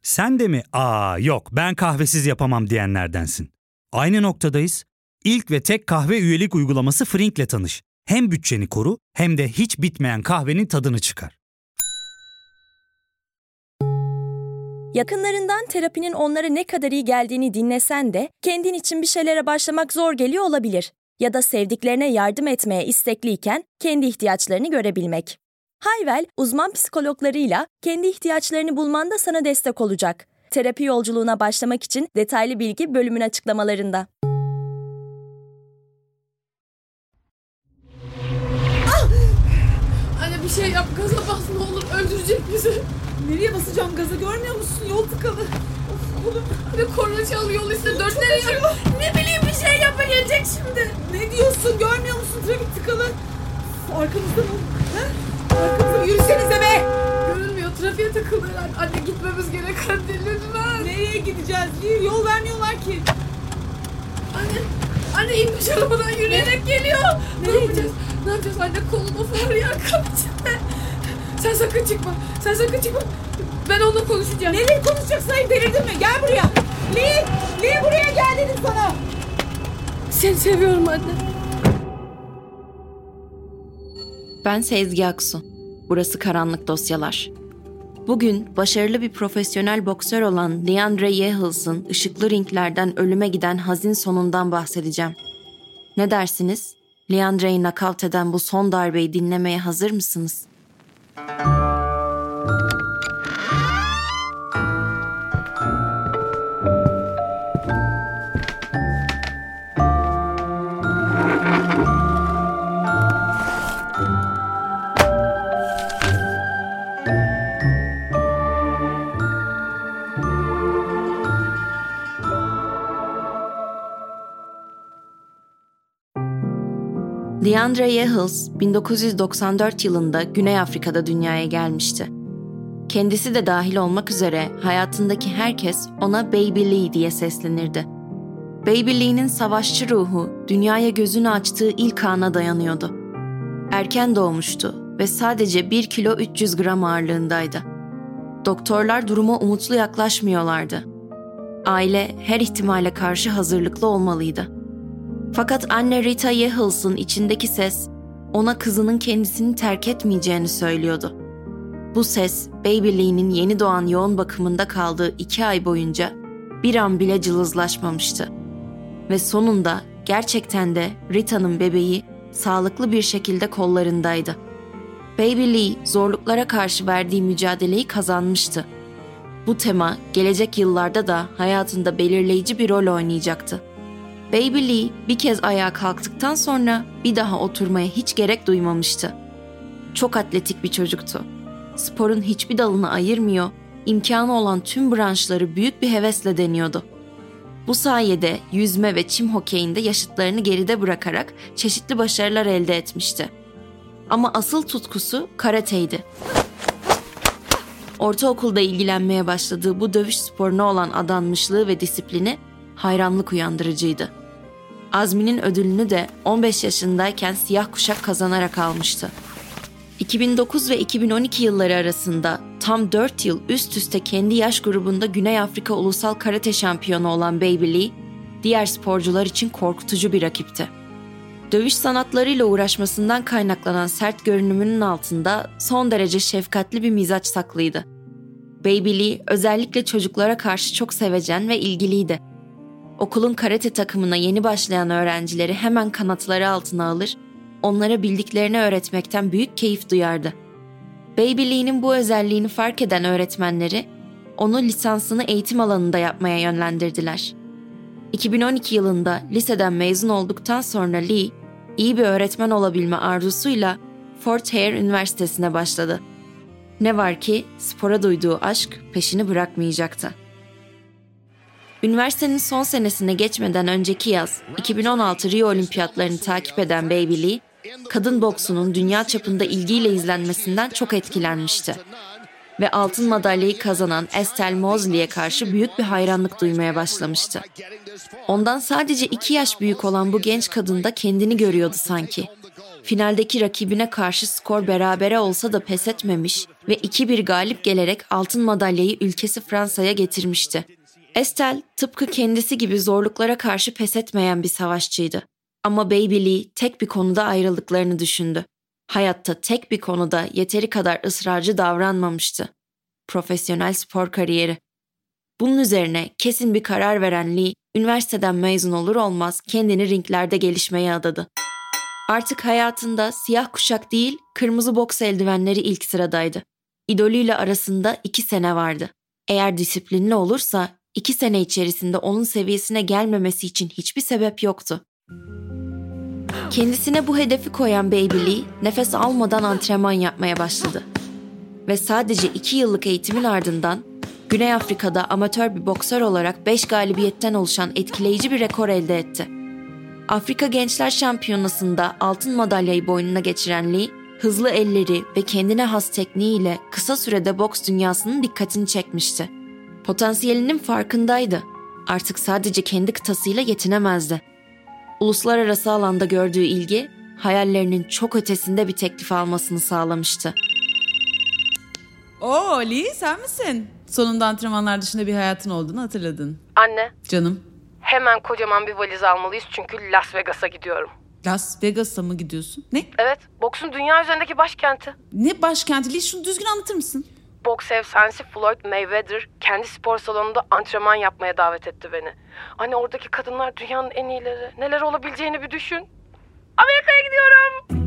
Sen de mi yok ben kahvesiz yapamam diyenlerdensin? Aynı noktadayız. İlk ve tek kahve üyelik uygulaması Frink'le tanış. Hem bütçeni koru hem de hiç bitmeyen kahvenin tadını çıkar. Yakınlarından terapinin onlara ne kadar iyi geldiğini dinlesen de kendin için bir şeylere başlamak zor geliyor olabilir. Ya da sevdiklerine yardım etmeye istekliyken kendi ihtiyaçlarını görebilmek. Hayvel, uzman psikologlarıyla kendi ihtiyaçlarını bulmanda sana destek olacak. Terapi yolculuğuna başlamak için detaylı bilgi bölümün açıklamalarında. Anne bir şey yap, gaza bas ne olur, öldürecek bizi. Nereye basacağım gaza, görmüyor musun? Yol tıkalı. Of oğlum. Anne korna çalıyor, yol işte 4 nereye yap? Ne bileyim bir şey yapma, gelecek şimdi. Ne diyorsun, görmüyor musun? Trafik tıkalı. Arkamızda mı? Arkamızda, yürüsenize be. Görünmüyor, trafiğe takıldı herhalde. Anne gitmemiz gerek hadi lütfen. Nereye gideceğiz? Yol vermiyorlar ki. Anne inmiş arabadan yürüyerek geliyor. Ne yapacağız? Ne yapacağız anne, kolumu var ya kan içinde. Sen sakın çıkma. Ben onunla konuşacağım. Neyle konuşacaksın? Delirdin mi? Gel buraya. Lee buraya gel dedim sana. Seni seviyorum anne. Ben Sezgi Aksu. Burası Karanlık Dosyalar. Bugün başarılı bir profesyonel boksör olan Leandre Yehils'ın ışıklı ringlerden ölüme giden hazin sonundan bahsedeceğim. Ne dersiniz? Leandre'yi nakavt eden bu son darbeyi dinlemeye hazır mısınız? Leandre Yehils 1994 yılında Güney Afrika'da dünyaya gelmişti. Kendisi de dahil olmak üzere hayatındaki herkes ona Baby Lee diye seslenirdi. Baby Lee'nin savaşçı ruhu dünyaya gözünü açtığı ilk ana dayanıyordu. Erken doğmuştu ve sadece 1 kilo 300 gram ağırlığındaydı. Doktorlar duruma umutlu yaklaşmıyorlardı. Aile her ihtimale karşı hazırlıklı olmalıydı. Fakat anne Rita Yehils'ın içindeki ses ona kızının kendisini terk etmeyeceğini söylüyordu. Bu ses Baby Lee'nin yeni doğan yoğun bakımında kaldığı 2 ay boyunca bir an bile cılızlaşmamıştı. Ve sonunda gerçekten de Rita'nın bebeği sağlıklı bir şekilde kollarındaydı. Baby Lee zorluklara karşı verdiği mücadeleyi kazanmıştı. Bu tema gelecek yıllarda da hayatında belirleyici bir rol oynayacaktı. Baby Lee bir kez ayağa kalktıktan sonra bir daha oturmaya hiç gerek duymamıştı. Çok atletik bir çocuktu. Sporun hiçbir dalını ayırmıyor, imkanı olan tüm branşları büyük bir hevesle deniyordu. Bu sayede yüzme ve çim hokeyinde yaşıtlarını geride bırakarak çeşitli başarılar elde etmişti. Ama asıl tutkusu karateydi. Ortaokulda ilgilenmeye başladığı bu dövüş sporuna olan adanmışlığı ve disiplini hayranlık uyandırıcıydı. Azmi'nin ödülünü de 15 yaşındayken siyah kuşak kazanarak almıştı. 2009 ve 2012 yılları arasında tam 4 yıl üst üste kendi yaş grubunda Güney Afrika Ulusal Karate Şampiyonu olan Baby Lee, diğer sporcular için korkutucu bir rakipti. Dövüş sanatlarıyla uğraşmasından kaynaklanan sert görünümünün altında son derece şefkatli bir mizaç saklıydı. Baby Lee özellikle çocuklara karşı çok sevecen ve ilgiliydi. Okulun karate takımına yeni başlayan öğrencileri hemen kanatları altına alır, onlara bildiklerini öğretmekten büyük keyif duyardı. Baby Lee'nin bu özelliğini fark eden öğretmenleri, onu lisansını eğitim alanında yapmaya yönlendirdiler. 2012 yılında liseden mezun olduktan sonra Lee, iyi bir öğretmen olabilme arzusuyla Fort Hare Üniversitesi'ne başladı. Ne var ki spora duyduğu aşk peşini bırakmayacaktı. Üniversitenin son senesine geçmeden önceki yaz, 2016 Rio Olimpiyatlarını takip eden Baby Lee, kadın boksunun dünya çapında ilgiyle izlenmesinden çok etkilenmişti. Ve altın madalyayı kazanan Estelle Mosley'e karşı büyük bir hayranlık duymaya başlamıştı. Ondan sadece 2 yaş büyük olan bu genç kadın da kendini görüyordu sanki. finaldeki rakibine karşı skor berabere olsa da pes etmemiş ve 2-1 galip gelerek altın madalyayı ülkesi Fransa'ya getirmişti. Estelle tıpkı kendisi gibi zorluklara karşı pes etmeyen bir savaşçıydı. Ama Baby Lee tek bir konuda ayrıldıklarını düşündü. Hayatta tek bir konuda yeteri kadar ısrarcı davranmamıştı. Profesyonel spor kariyeri. Bunun üzerine kesin bir karar veren Lee, üniversiteden mezun olur olmaz kendini ringlerde gelişmeye adadı. Artık hayatında siyah kuşak değil, kırmızı boks eldivenleri ilk sıradaydı. İdolüyle arasında 2 sene vardı. Eğer disiplinli olursa 2 sene içerisinde onun seviyesine gelmemesi için hiçbir sebep yoktu. Kendisine bu hedefi koyan Baby Lee, nefes almadan antrenman yapmaya başladı. Ve sadece 2 yıllık eğitimin ardından Güney Afrika'da amatör bir boksör olarak 5 galibiyetten oluşan etkileyici bir rekor elde etti. Afrika Gençler Şampiyonası'nda altın madalyayı boynuna geçiren Lee, hızlı elleri ve kendine has tekniğiyle kısa sürede boks dünyasının dikkatini çekmişti. Potansiyelinin farkındaydı. Artık sadece kendi kıtasıyla yetinemezdi. Uluslararası alanda gördüğü ilgi, hayallerinin çok ötesinde bir teklif almasını sağlamıştı. Oo Lee, sen misin? Sonunda antrenmanlar dışında bir hayatın olduğunu hatırladın. Anne, Canım, hemen kocaman bir valiz almalıyız çünkü Las Vegas'a gidiyorum. Las Vegas'a mı gidiyorsun? Ne? Evet, boksun dünya üzerindeki başkenti. Ne başkenti? Lee, şunu düzgün anlatır mısın? Boks efsanesi Floyd Mayweather kendi spor salonunda antrenman yapmaya davet etti beni. Anne, oradaki kadınlar dünyanın en iyileri. Neler olabileceğini bir düşün. Amerika'ya gidiyorum.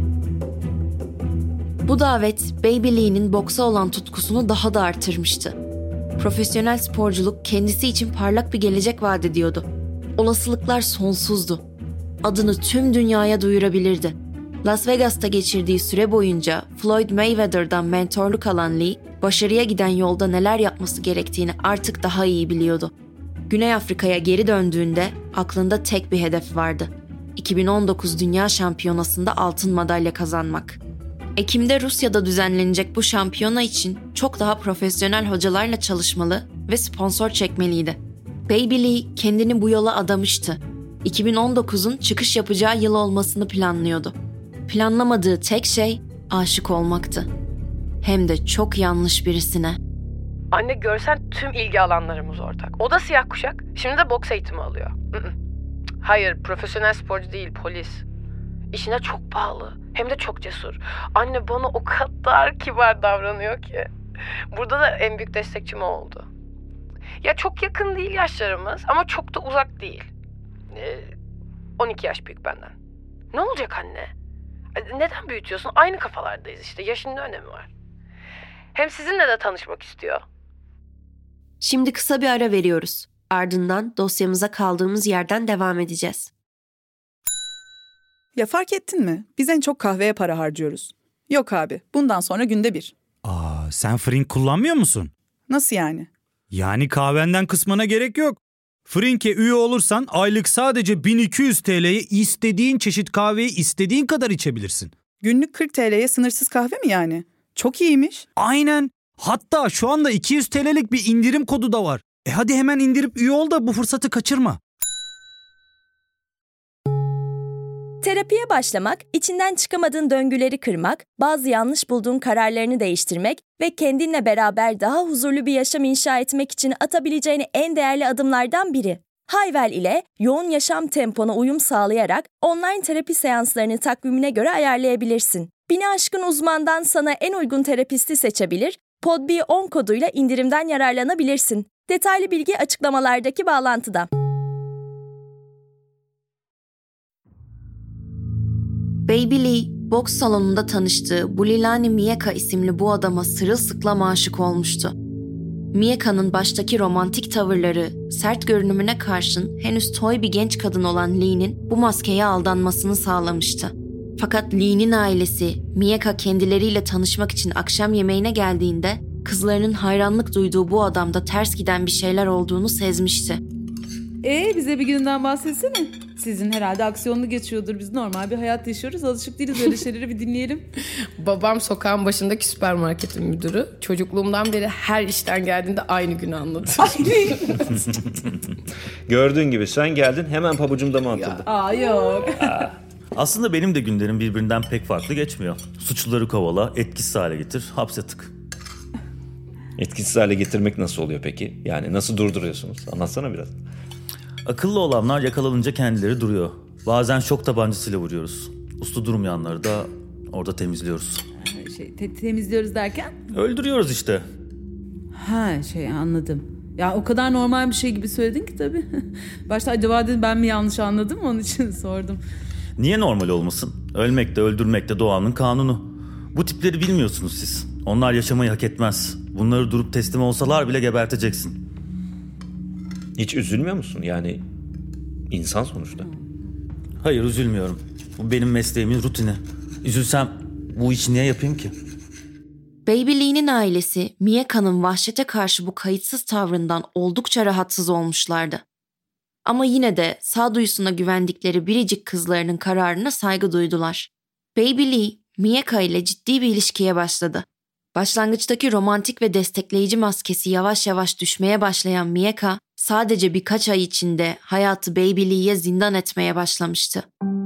Bu davet Baby Lee'nin boksa olan tutkusunu daha da artırmıştı. Profesyonel sporculuk kendisi için parlak bir gelecek vaat ediyordu. Olasılıklar sonsuzdu. Adını tüm dünyaya duyurabilirdi. Las Vegas'ta geçirdiği süre boyunca Floyd Mayweather'dan mentorluk alan Lee, başarıya giden yolda neler yapması gerektiğini artık daha iyi biliyordu. Güney Afrika'ya geri döndüğünde aklında tek bir hedef vardı. 2019 Dünya Şampiyonası'nda altın madalya kazanmak. Ekim'de Rusya'da düzenlenecek bu şampiyona için çok daha profesyonel hocalarla çalışmalı ve sponsor çekmeliydi. Baby Lee kendini bu yola adamıştı. 2019'un çıkış yapacağı yıl olmasını planlıyordu. Planlamadığı tek şey aşık olmaktı. Hem de çok yanlış birisine. Anne, görsen tüm ilgi alanlarımız ortak. O da siyah kuşak. Şimdi de boks eğitimi alıyor. Hayır, profesyonel sporcu değil, polis. İşine çok bağlı. Hem de çok cesur. Anne bana o kadar kibar davranıyor ki. Burada da en büyük destekçim o oldu. Ya çok yakın değil yaşlarımız ama çok da uzak değil. 12 yaş büyük benden. Ne olacak anne? Neden büyütüyorsun? Aynı kafalardayız işte. Yaşın ne önemi var? Hem sizinle de tanışmak istiyor. Şimdi kısa bir ara veriyoruz. Ardından dosyamıza kaldığımız yerden devam edeceğiz. Ya fark ettin mi? Biz en çok kahveye para harcıyoruz. Yok abi, bundan sonra günde 1. Sen Frink kullanmıyor musun? Nasıl yani? Yani kahvenden kısmına gerek yok. Frink'e üye olursan aylık sadece 1200 TL'ye istediğin çeşit kahveyi istediğin kadar içebilirsin. Günlük 40 TL'ye sınırsız kahve mi yani? Çok iyiymiş. Aynen. Hatta şu anda 200 TL'lik bir indirim kodu da var. Hadi hemen indirip üye ol da bu fırsatı kaçırma. Terapiye başlamak, içinden çıkamadığın döngüleri kırmak, bazı yanlış bulduğun kararlarını değiştirmek ve kendinle beraber daha huzurlu bir yaşam inşa etmek için atabileceğin en değerli adımlardan biri. Hayvel ile yoğun yaşam tempona uyum sağlayarak online terapi seanslarını takvimine göre ayarlayabilirsin. 1000'i aşkın uzmandan sana en uygun terapisti seçebilir, PODB10 koduyla indirimden yararlanabilirsin. Detaylı bilgi açıklamalardaki bağlantıda. Baby Lee, boks salonunda tanıştığı Bulilani Mieka isimli bu adama sırılsıklam aşık olmuştu. Mieka'nın baştaki romantik tavırları, sert görünümüne karşın henüz toy bir genç kadın olan Lee'nin bu maskeye aldanmasını sağlamıştı. Fakat Lee'nin ailesi, Mieka kendileriyle tanışmak için akşam yemeğine geldiğinde, kızlarının hayranlık duyduğu bu adamda ters giden bir şeyler olduğunu sezmişti. Bize bir günden bahsetsene. Sizin herhalde aksiyonlu geçiyordur. Biz normal bir hayat yaşıyoruz. Alışık değiliz öyle şeyleri, bir dinleyelim. Babam sokağın başındaki süpermarketin müdürü. Çocukluğumdan beri her işten geldiğinde aynı günü anlatır. Gördüğün gibi sen geldin hemen pabucumda mı atıldın? Yok. Aslında benim de günlerim birbirinden pek farklı geçmiyor. Suçluları kovala, etkisiz hale getir, hapse tık. Etkisiz hale getirmek nasıl oluyor peki? Yani nasıl durduruyorsunuz? Anlatsana biraz. Akıllı olanlar yakalanınca kendileri duruyor. Bazen şok tabancasıyla vuruyoruz. Uslu durmayanları da orada temizliyoruz. Temizliyoruz derken? Öldürüyoruz işte. Anladım. Ya o kadar normal bir şey gibi söyledin ki tabii. Başta acaba dedim ben mi yanlış anladım, onun için sordum. Niye normal olmasın? Ölmek de öldürmek de doğanın kanunu. Bu tipleri bilmiyorsunuz siz. Onlar yaşamayı hak etmez. Bunları durup teslim olsalar bile geberteceksin. Hiç üzülmüyor musun? Yani insan sonuçta. Hayır, üzülmüyorum. Bu benim mesleğimin rutini. Üzülsem bu işi niye yapayım ki? Baby Lee'nin ailesi Mieka'nın vahşete karşı bu kayıtsız tavrından oldukça rahatsız olmuşlardı. Ama yine de sağduyusuna güvendikleri biricik kızlarının kararına saygı duydular. Baby Lee, Mieka ile ciddi bir ilişkiye başladı. Başlangıçtaki romantik ve destekleyici maskesi yavaş yavaş düşmeye başlayan Mieka, sadece birkaç ay içinde hayatı Baby Lee'ye zindan etmeye başlamıştı.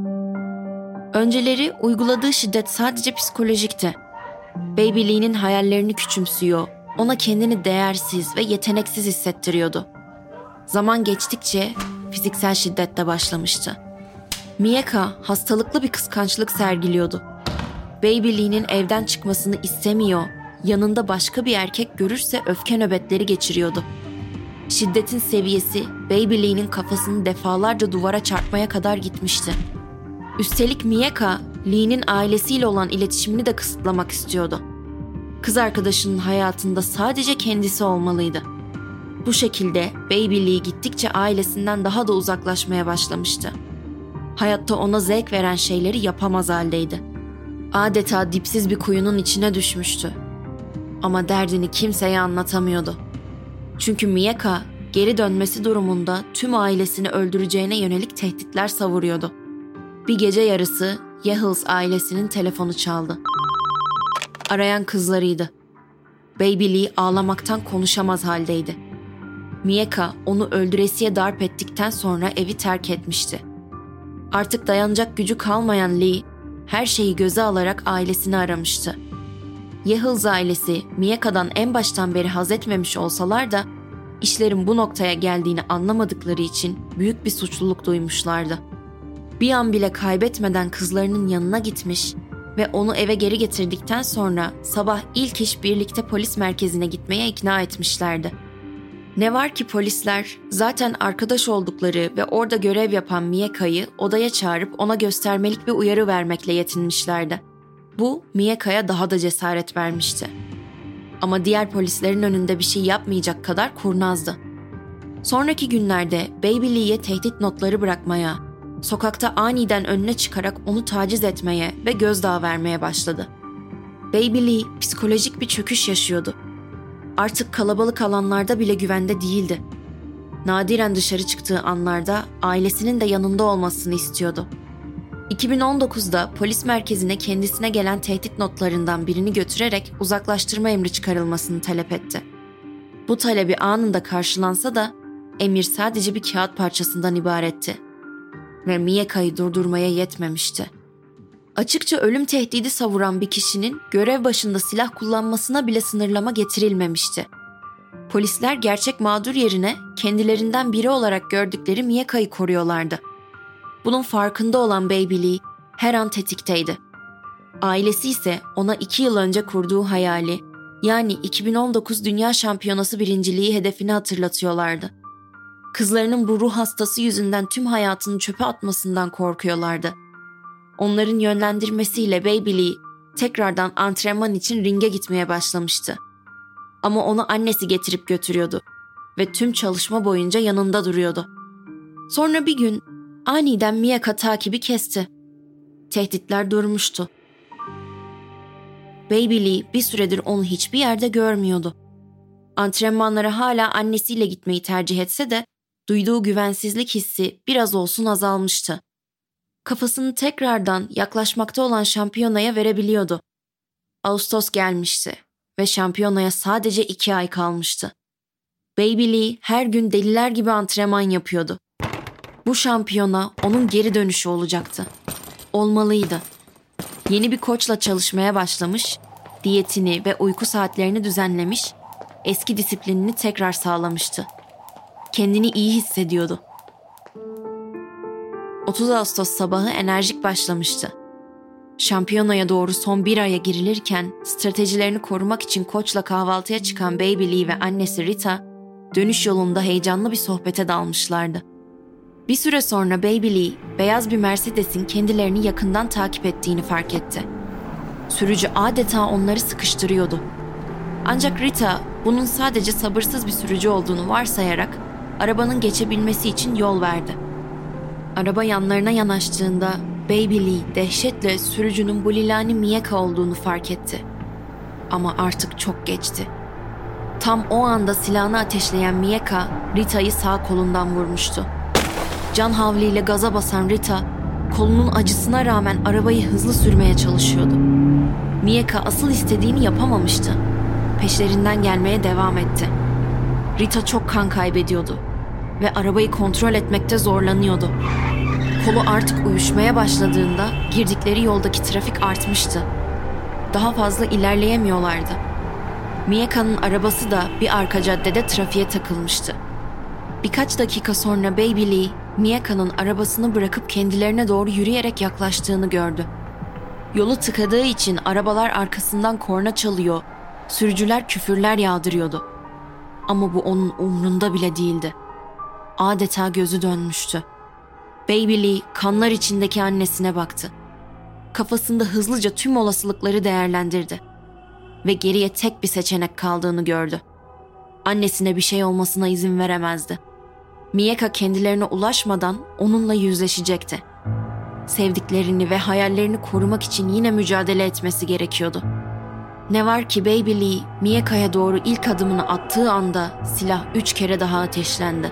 Önceleri uyguladığı şiddet sadece psikolojikti. Baby Lee'nin hayallerini küçümsüyor, ona kendini değersiz ve yeteneksiz hissettiriyordu. Zaman geçtikçe fiziksel şiddet de başlamıştı. Mieka hastalıklı bir kıskançlık sergiliyordu. Baby Lee'nin evden çıkmasını istemiyor, yanında başka bir erkek görürse öfke nöbetleri geçiriyordu. Şiddetin seviyesi Baby Lee'nin kafasını defalarca duvara çarpmaya kadar gitmişti. Üstelik Mieka, Lee'nin ailesiyle olan iletişimini de kısıtlamak istiyordu. Kız arkadaşının hayatında sadece kendisi olmalıydı. Bu şekilde Baby Lee gittikçe ailesinden daha da uzaklaşmaya başlamıştı. Hayatta ona zevk veren şeyleri yapamaz haldeydi. Adeta dipsiz bir kuyunun içine düşmüştü. Ama derdini kimseye anlatamıyordu. Çünkü Mieka geri dönmesi durumunda tüm ailesini öldüreceğine yönelik tehditler savuruyordu. Bir gece yarısı Yehils ailesinin telefonu çaldı. Arayan kızlarıydı. Baby Lee ağlamaktan konuşamaz haldeydi. Mieka onu öldüresiye darp ettikten sonra evi terk etmişti. Artık dayanacak gücü kalmayan Lee, her şeyi göze alarak ailesini aramıştı. Yehils ailesi Mieka'dan en baştan beri haz etmemiş olsalar da işlerin bu noktaya geldiğini anlamadıkları için büyük bir suçluluk duymuşlardı. Bir an bile kaybetmeden kızlarının yanına gitmiş ve onu eve geri getirdikten sonra sabah ilk iş birlikte polis merkezine gitmeye ikna etmişlerdi. Ne var ki polisler zaten arkadaş oldukları ve orada görev yapan Mieka'yı odaya çağırıp ona göstermelik bir uyarı vermekle yetinmişlerdi. Bu Mieka'ya daha da cesaret vermişti. Ama diğer polislerin önünde bir şey yapmayacak kadar kurnazdı. Sonraki günlerde Baby Lee'ye tehdit notları bırakmaya, sokakta aniden önüne çıkarak onu taciz etmeye ve gözdağı vermeye başladı. Baby Lee psikolojik bir çöküş yaşıyordu. Artık kalabalık alanlarda bile güvende değildi. Nadiren dışarı çıktığı anlarda ailesinin de yanında olmasını istiyordu. 2019'da polis merkezine kendisine gelen tehdit notlarından birini götürerek uzaklaştırma emri çıkarılmasını talep etti. Bu talebi anında karşılansa da emir sadece bir kağıt parçasından ibaretti. Ve Mieka'yı durdurmaya yetmemişti. Açıkça ölüm tehdidi savuran bir kişinin görev başında silah kullanmasına bile sınırlama getirilmemişti. Polisler gerçek mağdur yerine kendilerinden biri olarak gördükleri Mieka'yı koruyorlardı. Bunun farkında olan Baby Lee her an tetikteydi. Ailesi ise ona 2 yıl önce kurduğu hayali, yani 2019 Dünya Şampiyonası birinciliği hedefini hatırlatıyorlardı. Kızlarının bu ruh hastası yüzünden tüm hayatını çöpe atmasından korkuyorlardı. Onların yönlendirmesiyle Baby Lee tekrardan antrenman için ringe gitmeye başlamıştı. Ama onu annesi getirip götürüyordu ve tüm çalışma boyunca yanında duruyordu. Sonra bir gün aniden Mieka takibi kesti. Tehditler durmuştu. Baby Lee bir süredir onu hiçbir yerde görmüyordu. Antrenmanlara hala annesiyle gitmeyi tercih etse de duyduğu güvensizlik hissi biraz olsun azalmıştı. Kafasını tekrardan yaklaşmakta olan şampiyonaya verebiliyordu. Ağustos gelmişti ve şampiyonaya sadece 2 ay kalmıştı. Baby Lee her gün deliler gibi antrenman yapıyordu. Bu şampiyona onun geri dönüşü olacaktı. olmalıydı. Yeni bir koçla çalışmaya başlamış, diyetini ve uyku saatlerini düzenlemiş, eski disiplinini tekrar sağlamıştı. Kendini iyi hissediyordu. 30 Ağustos sabahı enerjik başlamıştı. Şampiyonaya doğru son bir aya girilirken stratejilerini korumak için koçla kahvaltıya çıkan Baby Lee ve annesi Rita, dönüş yolunda heyecanlı bir sohbete dalmışlardı. Bir süre sonra Baby Lee, beyaz bir Mercedes'in kendilerini yakından takip ettiğini fark etti. Sürücü adeta onları sıkıştırıyordu. Ancak Rita, bunun sadece sabırsız bir sürücü olduğunu varsayarak arabanın geçebilmesi için yol verdi. Araba yanlarına yanaştığında Baby Lee dehşetle sürücünün Bulilani Mieka olduğunu fark etti. Ama artık çok geçti. Tam o anda silahını ateşleyen Mieka, Rita'yı sağ kolundan vurmuştu. Can havliyle gaza basan Rita, kolunun acısına rağmen arabayı hızlı sürmeye çalışıyordu. Mieka asıl istediğini yapamamıştı. Peşlerinden gelmeye devam etti. Rita çok kan kaybediyordu ve arabayı kontrol etmekte zorlanıyordu. Kolu artık uyuşmaya başladığında girdikleri yoldaki trafik artmıştı. Daha fazla ilerleyemiyorlardı. Mieka'nın arabası da bir arka caddede trafiğe takılmıştı. Birkaç dakika sonra Baby Lee, Mieka'nın arabasını bırakıp kendilerine doğru yürüyerek yaklaştığını gördü. Yolu tıkadığı için arabalar arkasından korna çalıyor, sürücüler küfürler yağdırıyordu. Ama bu onun umrunda bile değildi. Adeta gözü dönmüştü. Baby Lee kanlar içindeki annesine baktı. Kafasında hızlıca tüm olasılıkları değerlendirdi. Ve geriye tek bir seçenek kaldığını gördü. Annesine bir şey olmasına izin veremezdi. Mieka kendilerine ulaşmadan onunla yüzleşecekti. Sevdiklerini ve hayallerini korumak için yine mücadele etmesi gerekiyordu. Ne var ki Baby Lee, Mieka'ya doğru ilk adımını attığı anda silah 3 kere daha ateşlendi.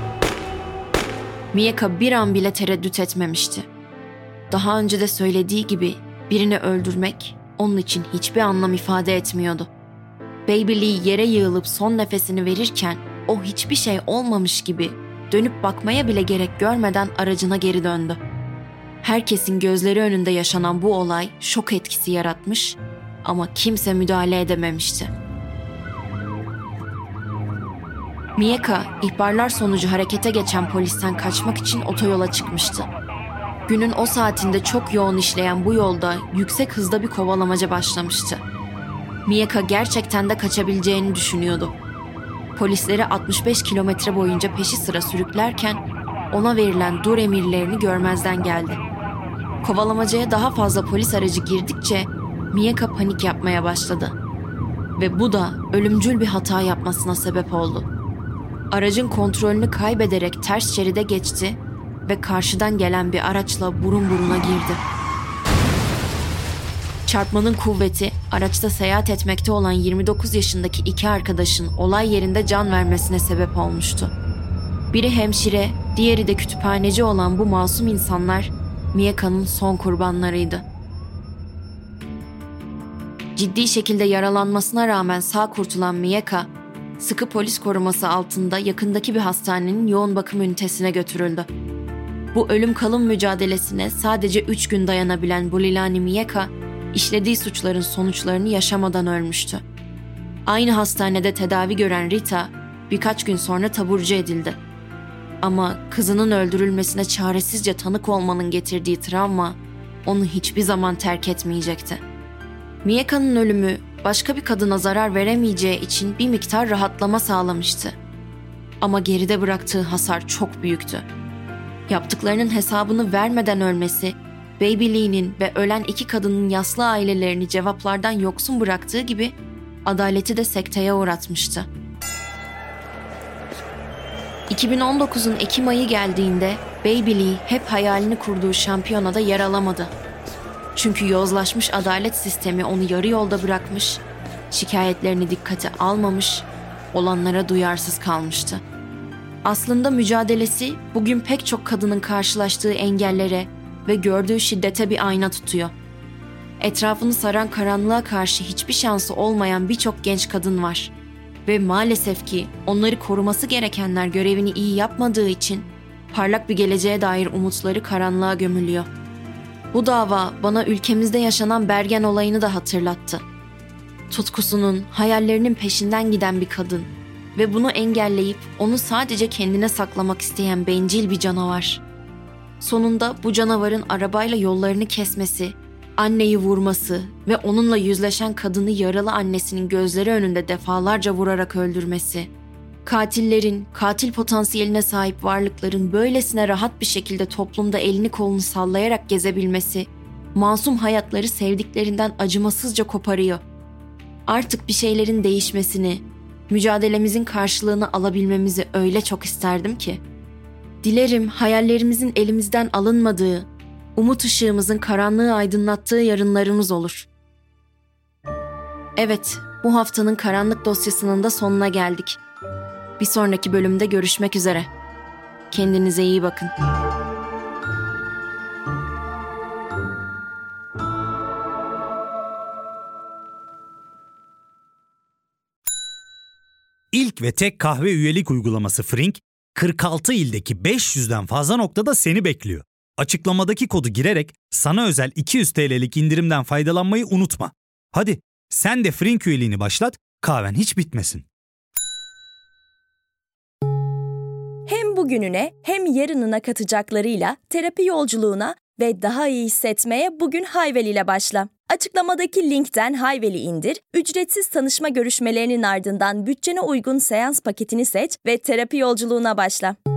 Mieka bir an bile tereddüt etmemişti. Daha önce de söylediği gibi birini öldürmek onun için hiçbir anlam ifade etmiyordu. Baby Lee yere yığılıp son nefesini verirken o hiçbir şey olmamış gibi dönüp bakmaya bile gerek görmeden aracına geri döndü. Herkesin gözleri önünde yaşanan bu olay şok etkisi yaratmış ama kimse müdahale edememişti. Mieka, ihbarlar sonucu harekete geçen polisten kaçmak için otoyola çıkmıştı. Günün o saatinde çok yoğun işleyen bu yolda yüksek hızda bir kovalamaca başlamıştı. Mieka gerçekten de kaçabileceğini düşünüyordu. Polisleri 65 kilometre boyunca peşi sıra sürüklerken ona verilen dur emirlerini görmezden geldi. Kovalamacaya daha fazla polis aracı girdikçe Mieka panik yapmaya başladı. Ve bu da ölümcül bir hata yapmasına sebep oldu. Aracın kontrolünü kaybederek ters şeride geçti ve karşıdan gelen bir araçla burun buruna girdi. Çarpmanın kuvveti araçta seyahat etmekte olan 29 yaşındaki iki arkadaşın olay yerinde can vermesine sebep olmuştu. Biri hemşire, diğeri de kütüphaneci olan bu masum insanlar Mieka'nın son kurbanlarıydı. Ciddi şekilde yaralanmasına rağmen sağ kurtulan Mieka, sıkı polis koruması altında yakındaki bir hastanenin yoğun bakım ünitesine götürüldü. Bu ölüm kalım mücadelesine sadece 3 gün dayanabilen Bulilani Mieka, işlediği suçların sonuçlarını yaşamadan ölmüştü. Aynı hastanede tedavi gören Rita, birkaç gün sonra taburcu edildi. Ama kızının öldürülmesine çaresizce tanık olmanın getirdiği travma, onu hiçbir zaman terk etmeyecekti. Mieka'nın ölümü, başka bir kadına zarar veremeyeceği için bir miktar rahatlama sağlamıştı. Ama geride bıraktığı hasar çok büyüktü. Yaptıklarının hesabını vermeden ölmesi, Baby Lee'nin ve ölen iki kadının yaslı ailelerini cevaplardan yoksun bıraktığı gibi adaleti de sekteye uğratmıştı. 2019'un Ekim ayı geldiğinde Baby Lee hep hayalini kurduğu şampiyonada yer alamadı. Çünkü yozlaşmış adalet sistemi onu yarı yolda bırakmış, şikayetlerini dikkate almamış, olanlara duyarsız kalmıştı. Aslında mücadelesi bugün pek çok kadının karşılaştığı engellere ve gördüğü şiddete bir ayna tutuyor. Etrafını saran karanlığa karşı hiçbir şansı olmayan birçok genç kadın var. Ve maalesef ki onları koruması gerekenler görevini iyi yapmadığı için parlak bir geleceğe dair umutları karanlığa gömülüyor. Bu dava bana ülkemizde yaşanan Bergen olayını da hatırlattı. Tutkusunun, hayallerinin peşinden giden bir kadın ve bunu engelleyip onu sadece kendine saklamak isteyen bencil bir canavar. Sonunda bu canavarın arabayla yollarını kesmesi, anneyi vurması ve onunla yüzleşen kadını yaralı annesinin gözleri önünde defalarca vurarak öldürmesi, katillerin, katil potansiyeline sahip varlıkların böylesine rahat bir şekilde toplumda elini kolunu sallayarak gezebilmesi, masum hayatları sevdiklerinden acımasızca koparıyor. Artık bir şeylerin değişmesini, mücadelemizin karşılığını alabilmemizi öyle çok isterdim ki. Dilerim hayallerimizin elimizden alınmadığı, umut ışığımızın karanlığı aydınlattığı yarınlarımız olur. Evet, bu haftanın karanlık dosyasının da sonuna geldik. Bir sonraki bölümde görüşmek üzere. Kendinize iyi bakın. İlk ve tek kahve üyelik uygulaması Frink, 46 ildeki 500'den fazla noktada seni bekliyor. Açıklamadaki kodu girerek sana özel 200 TL'lik indirimden faydalanmayı unutma. Hadi sen de Frink üyeliğini başlat, kahven hiç bitmesin. Hem bugününe hem yarınına katacaklarıyla terapi yolculuğuna ve daha iyi hissetmeye bugün Hayvel ile başla. Açıklamadaki linkten Hayvel'i indir, ücretsiz tanışma görüşmelerinin ardından bütçene uygun seans paketini seç ve terapi yolculuğuna başla.